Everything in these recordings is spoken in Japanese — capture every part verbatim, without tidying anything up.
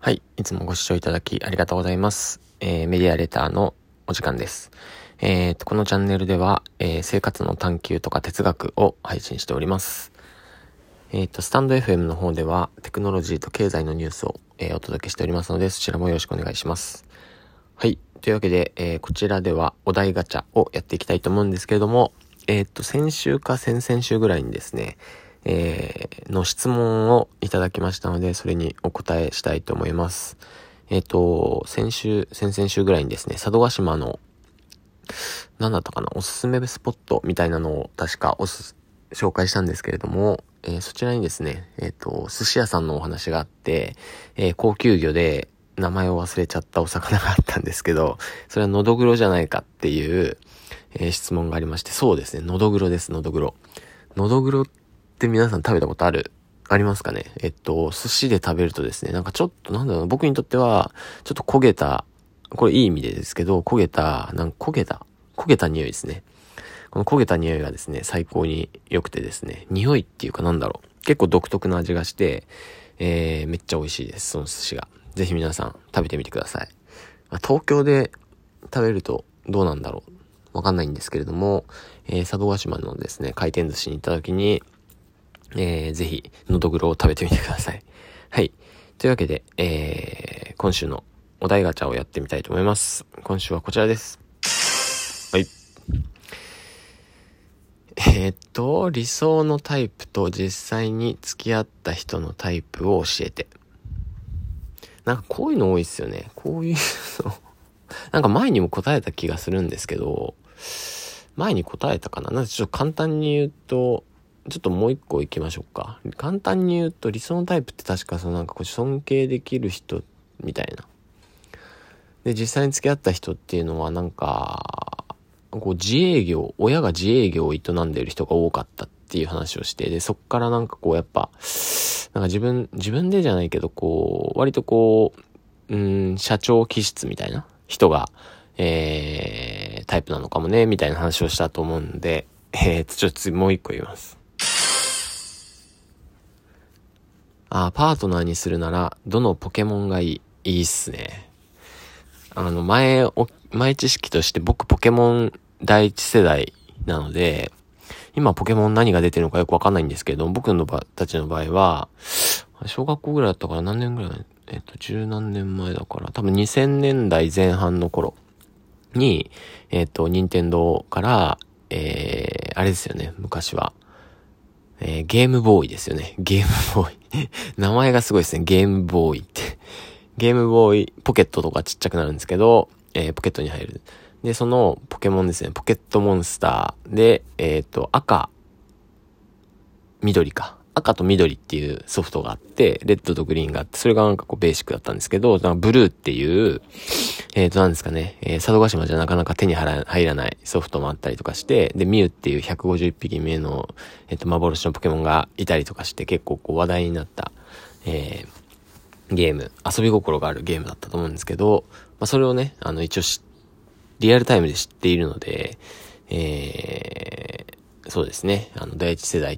はい。いつもご視聴いただきありがとうございます。えー、メディアレターのお時間です。えーと、このチャンネルでは、えー、生活の探求とか哲学を配信しております。えーと、スタンド エフエム の方ではテクノロジーと経済のニュースを、えー、お届けしておりますので、そちらもよろしくお願いします。はい。というわけで、えー、こちらではお題ガチャをやっていきたいと思うんですけれども、えーと、先週か先々週ぐらいにですね、えー、の質問をいただきましたので、それにお答えしたいと思います。えっと、先週、先々週ぐらいにですね、佐渡島の、なんだったかな、おすすめスポットみたいなのを確かおす、紹介したんですけれども、えー、そちらにですね、えっと、寿司屋さんのお話があって、えー、高級魚で名前を忘れちゃったお魚があったんですけど、それはノドグロじゃないかっていう、えー、質問がありまして、そうですね、ノドグロです、ノドグロ。ノドグロって皆さん食べたことあるありますかね。えっと、寿司で食べるとですね、なんかちょっと、なんだろうな、僕にとっては、ちょっと焦げた、これいい意味でですけど、焦げた、なんか焦げた、焦げた匂いですね。この焦げた匂いがですね、最高に良くてですね、匂いっていうかなんだろう、結構独特な味がして、えー、めっちゃ美味しいです、その寿司が。ぜひ皆さん食べてみてください。まあ、東京で食べるとどうなんだろう、わかんないんですけれども、えー、佐渡島のですね、回転寿司に行った時に、えー、ぜひ、のどぐろを食べてみてください。はい。というわけで、えー、今週のお題ガチャをやってみたいと思います。今週はこちらです。はい。えー、っと、理想のタイプと実際に付き合った人のタイプを教えて。なんかこういうの多いっすよね。こういうの。なんか前にも答えた気がするんですけど、前に答えたかな。なんかちょっと簡単に言うと、ちょっともう一個行きましょうか。簡単に言うと理想のタイプって確かそのなんかこう尊敬できる人みたいな。で、実際に付き合った人っていうのはなんか、こう自営業、親が自営業を営んでいる人が多かったっていう話をして、で、そっからなんかこうやっぱ、なんか自分、自分でじゃないけどこう、割とこう、うーん、社長気質みたいな人が、えー、タイプなのかもね、みたいな話をしたと思うんで、えー、ちょっと次もう一個言います。あ、パートナーにするなら、どのポケモンがいい？いいっすね。あの、前、お、前知識として僕ポケモン第一世代なので、今ポケモン何が出てるのかよくわかんないんですけど、僕のば、たちの場合は、小学校ぐらいだったから何年ぐらい、えっと、十何年前だから、多分にせんねんだいぜん半の頃に、えっと、任天堂から、えー、あれですよね、昔は。えー、ゲームボーイですよね。ゲームボーイ。名前がすごいですね。ゲームボーイって。ゲームボーイ、ポケットとかちっちゃくなるんですけど、えー、ポケットに入る。で、そのポケモンですね。ポケットモンスターで、えっと、赤、緑か。赤と緑っていうソフトがあって、レッドとグリーンがあって、それがなんかこうベーシックだったんですけど、なんかブルーっていう、えっと、なんですかね、えー、佐渡島じゃなかなか手に入らないソフトもあったりとかして、で、ミュウっていうひゃくごじゅういっぴき目の、えっと、幻のポケモンがいたりとかして、結構こう話題になった、えー、ゲーム、遊び心があるゲームだったと思うんですけど、まあ、それをね、あの、一応し、リアルタイムで知っているので、えー、そうですね、あの、第一世代って、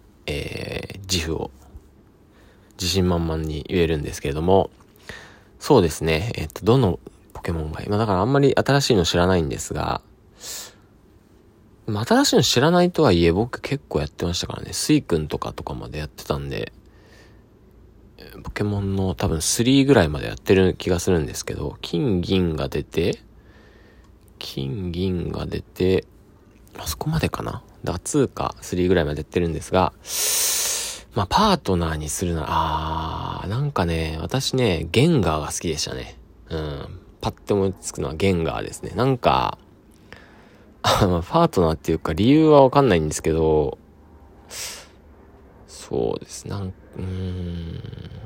えー、自負を自信満々に言えるんですけれども、そうですね、えっと、どのポケモンがいい、まあだからあんまり新しいの知らないんですが、でも新しいの知らないとはいえ僕結構やってましたからね、スイ君とかとかまでやってたんで、ポケモンの多分スリーぐらいまでやってる気がするんですけど、金銀が出て、金銀が出て、あそこまでかな、だからにかスリーぐらいまでやってるんですが、まあ、パートナーにするなら、あー、なんかね、私ね、ゲンガーが好きでしたね。うん。パッて思いつくのはゲンガーですね。なんか、あの、パートナーっていうか理由はわかんないんですけど、そうです。なん、うーん。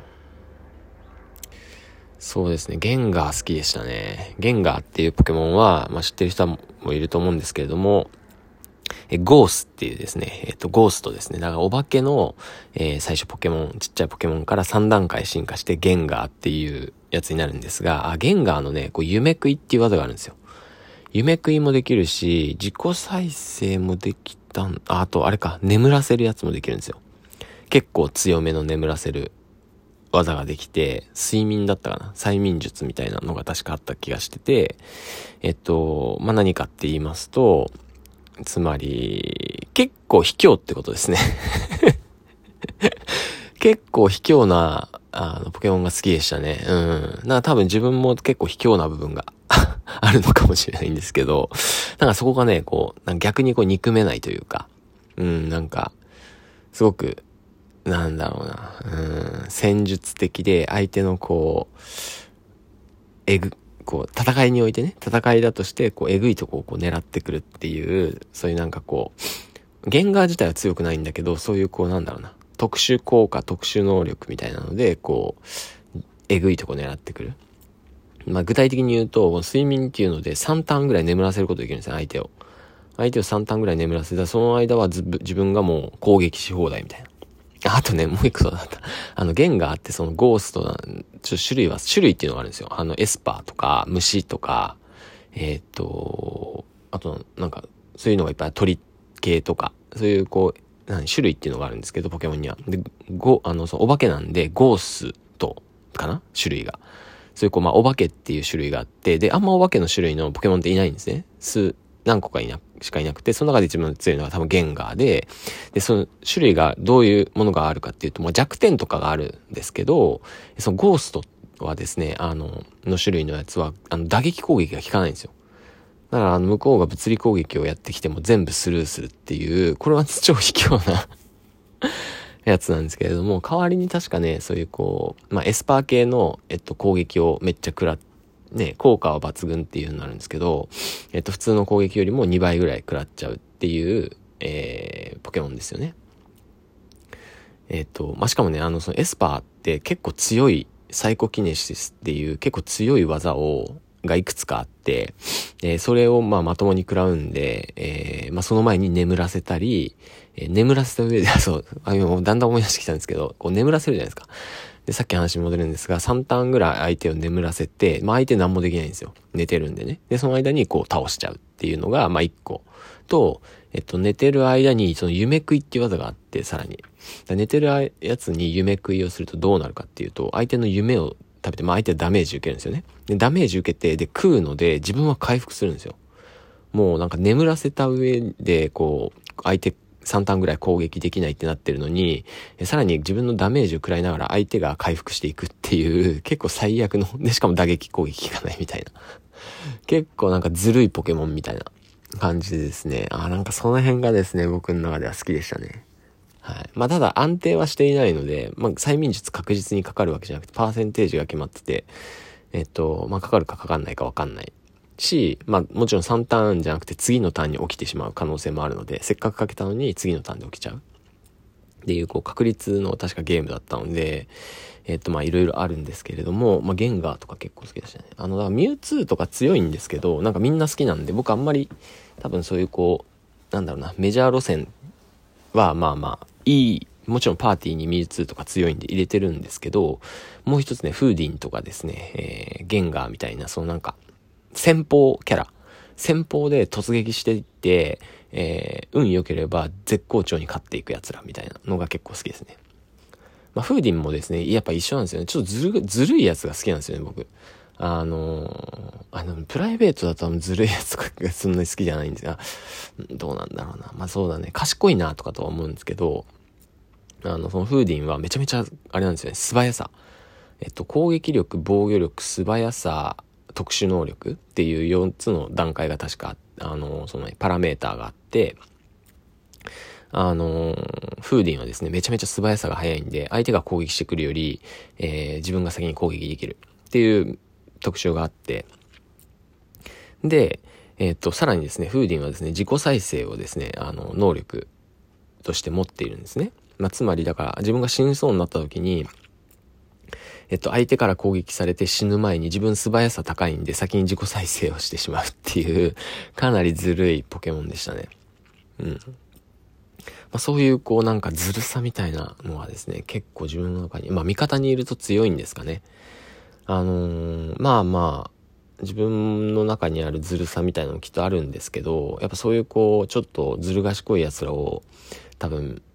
そうですね。ゲンガー好きでしたね。ゲンガーっていうポケモンは、まあ、知ってる人もいると思うんですけれども、え、ゴースっていうですね、えっと、ゴーストですね。だからお化けの、えー、最初ポケモン、ちっちゃいポケモンからさん段階進化してゲンガーっていうやつになるんですが、あ、ゲンガーのね、こう夢食いっていう技があるんですよ。夢食いもできるし、自己再生もできたん、あ、あとあれか、眠らせるやつもできるんですよ。結構強めの眠らせる技ができて、睡眠だったかな、催眠術みたいなのが確かあった気がしてて、えっと、まあ、何かって言いますと、つまり、結構卑怯ってことですね。結構卑怯な、あの、ポケモンが好きでしたね。うん。なんか多分自分も結構卑怯な部分があるのかもしれないんですけど、なんかそこがね、こう、なんか逆にこう憎めないというか、うん、なんか、すごく、なんだろうな、うん、戦術的で相手のこう、えぐ、こう、戦いにおいてね、戦いだとして、こう、えぐいとこをこう狙ってくるっていう、そういうなんかこう、ゲンガー自体は強くないんだけど、そういうこう、なんだろうな、特殊効果、特殊能力みたいなので、こう、えぐいとこ狙ってくる。まあ、具体的に言うと、睡眠っていうのでさんターンぐらい眠らせることができるんですよ、相手を。相手をさんターンぐらい眠らせたら、その間はず自分がもう攻撃し放題みたいな。あとね、もう一個そうだった。あの、ゲンガーってそのゴーストな、ちょっと種類は、種類っていうのがあるんですよ。あの、エスパーとか、虫とか、えーっと、あと、なんか、そういうのがいっぱい鳥系とか、そういうこう、何、種類っていうのがあるんですけど、ポケモンには。で、ゴ、あの、そう、お化けなんで、ゴーストかな種類が。そういうこう、まあ、お化けっていう種類があって、で、あんまお化けの種類のポケモンっていないんですね。数、何個かいな、しかいなくて、その中で一番強いのが多分ゲンガーで、で、その種類がどういうものがあるかっていうと、まあ、弱点とかがあるんですけど、そのゴーストはですね、あの、の種類のやつは、あの、打撃攻撃が効かないんですよ。だから、あの、向こうが物理攻撃をやってきても全部スルーするっていう、これは超卑怯なやつなんですけれども、代わりに確かね、そういうこう、まあ、エスパー系の、えっと、攻撃をめっちゃ食らって、ね、効果は抜群っていう風になるんですけど、えっと、普通の攻撃よりもにばいぐらい食らっちゃうっていう、えー、ポケモンですよね。えっと、まあ、しかもね、あの、そのエスパーって結構強い、サイコキネシスっていう結構強い技を、がいくつかあって、えー、それをまあまともに食らうんで、えー、まあその前に眠らせたり、えー、眠らせた上で、そう、あの、だんだん思い出してきたんですけど、こう眠らせるじゃないですか。で、さっき話に戻るんですが、さんターンぐらい相手を眠らせて、まあ相手何もできないんですよ。寝てるんでね。で、その間にこう倒しちゃうっていうのが、まあいっこ。と、えっと、寝てる間に、その夢食いっていう技があって、さらに。寝てるやつに夢食いをするとどうなるかっていうと、相手の夢を食べて、まあ相手はダメージ受けるんですよね。で、ダメージ受けて、で、食うので、自分は回復するんですよ。もうなんか眠らせた上で、こう、相手、さんターンぐらい攻撃できないってなってるのに、さらに自分のダメージを食らいながら相手が回復していくっていう、結構最悪の、で、しかも打撃攻撃効かないみたいな。結構なんかずるいポケモンみたいな感じでですね。あ、なんかその辺がですね、僕の中では好きでしたね。はい。まあ、ただ安定はしていないので、まあ、催眠術確実にかかるわけじゃなくて、パーセンテージが決まってて、えっと、まあ、かかるかかかんないかわかんないし、まあ、もちろんさんターンじゃなくて次のターンに起きてしまう可能性もあるので、せっかくかけたのに次のターンで起きちゃう。っていう、こう、確率の確かゲームだったので、えっと、まあ、いろいろあるんですけれども、まあ、ゲンガーとか結構好きでしたね。あの、だからミュウツーとか強いんですけど、なんかみんな好きなんで、僕あんまり、多分そういうこう、なんだろうな、メジャー路線は、まあまあ、いい、もちろんパーティーにミュウツーとか強いんで入れてるんですけど、もう一つね、フーディンとかですね、えー、ゲンガーみたいな、そのなんか、先方キャラ、先方で突撃していって、えー、運良ければ絶好調に勝っていく奴らみたいなのが結構好きですね。まあ、フーディンもですね、やっぱ一緒なんですよね。ちょっとずる、ずるいやつが好きなんですよね、僕。あのー、あの、プライベートだとずるいやつとかがそんなに好きじゃないんですが、どうなんだろうな。まあそうだね、賢いなとかとは思うんですけど、あの、そのフーディンはめちゃめちゃ、あれなんですよね、素早さ。えっと、攻撃力、防御力、素早さ、特殊能力っていうよっつの段階が確か、あの、そのパラメーターがあって、あの、フーディンはですね、めちゃめちゃ素早さが速いんで、相手が攻撃してくるより、えー、自分が先に攻撃できるっていう特徴があって、で、えっと、さらにですね、フーディンはですね、自己再生をですね、あの、能力として持っているんですね。まあ、つまりだから、自分が死にそうになった時に、えっと、相手から攻撃されて死ぬ前に自分素早さ高いんで先に自己再生をしてしまうっていう、かなりずるいポケモンでしたね。うん。まあ、そういうこうなんかずるさみたいなのはですね、結構自分の中に、まあ味方にいると強いんですかね。あのー、まあまあ、自分の中にあるずるさみたいなのもきっとあるんですけど、やっぱそういうこう、ちょっとずる賢い奴らを多分、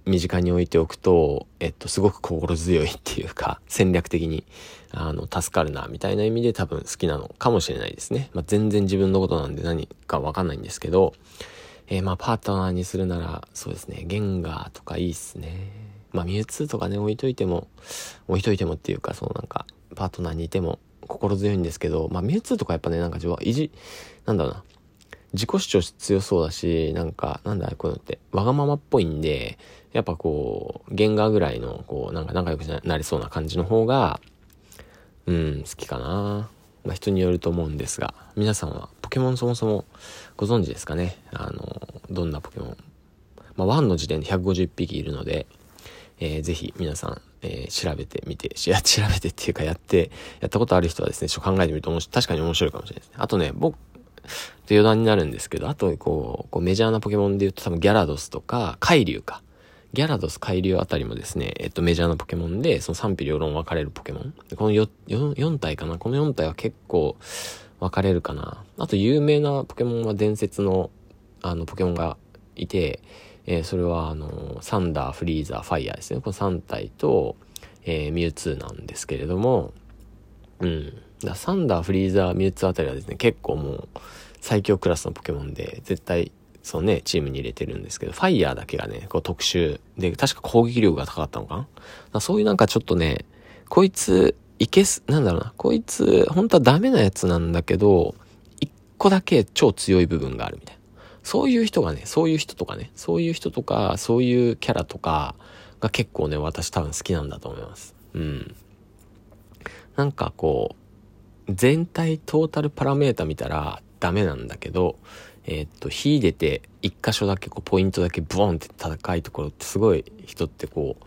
身近に置いておくと、えっと、すごく心強いっていうか、戦略的に、あの、助かるな、みたいな意味で多分好きなのかもしれないですね。まあ、全然自分のことなんで何かわかんないんですけど、えー、まあ、パートナーにするなら、そうですね、ゲンガーとかいいっすね。まあ、ミュウツーとかね、置いといても、置いといてもっていうか、そのなんか、パートナーにいても心強いんですけど、まあ、ミュウツーとかやっぱね、なんか、いじ、なんだろうな、自己主張強そうだし、なんか、なんだこういうのって、わがままっぽいんで、やっぱこう、ゲンガーぐらいの、こう、なんか仲良くなりそうな感じの方が、うん、好きかな。まあ、人によると思うんですが、皆さんはポケモンそもそもご存知ですかね。あの、どんなポケモン。まあ、ワンの時点でひゃくごじゅういっぴきいるので、えー、ぜひ皆さん、えー、調べてみて、しや、調べてっていうかやって、やったことある人はですね、ちょっと考えてみると面白い、確かに面白いかもしれないですね。あとね、僕、余談になるんですけど、あとこう、こうメジャーなポケモンで言うと多分ギャラドスとか、カイリュウか。ギャラドス、カイリュウあたりもですね、えっとメジャーなポケモンで、その賛否両論分かれるポケモン。この よん, よん体かな。このよん体は結構分かれるかな。あと有名なポケモンは伝説のあのポケモンがいて、えー、それはあの、サンダー、フリーザー、ファイヤーですね。このさん体と、えー、ミュウツーなんですけれども、うん。だサンダー、フリーザー、ミュウツーあたりはですね、結構もう、最強クラスのポケモンで、絶対、そうね、チームに入れてるんですけど、ファイヤーだけがね、こう特殊で、確か攻撃力が高かったのかな。だそういうなんかちょっとね、こいつ、いけす、なんだろうな、こいつ、本当はダメなやつなんだけど、一個だけ超強い部分があるみたいな。そういう人がね、そういう人とかね、そういう人とか、そういうキャラとかが結構ね、私多分好きなんだと思います。うん。なんかこう、全体トータルパラメータ見たらダメなんだけど、えー、っと、秀でて一箇所だけこうポイントだけブーンって高いところってすごい人ってこう、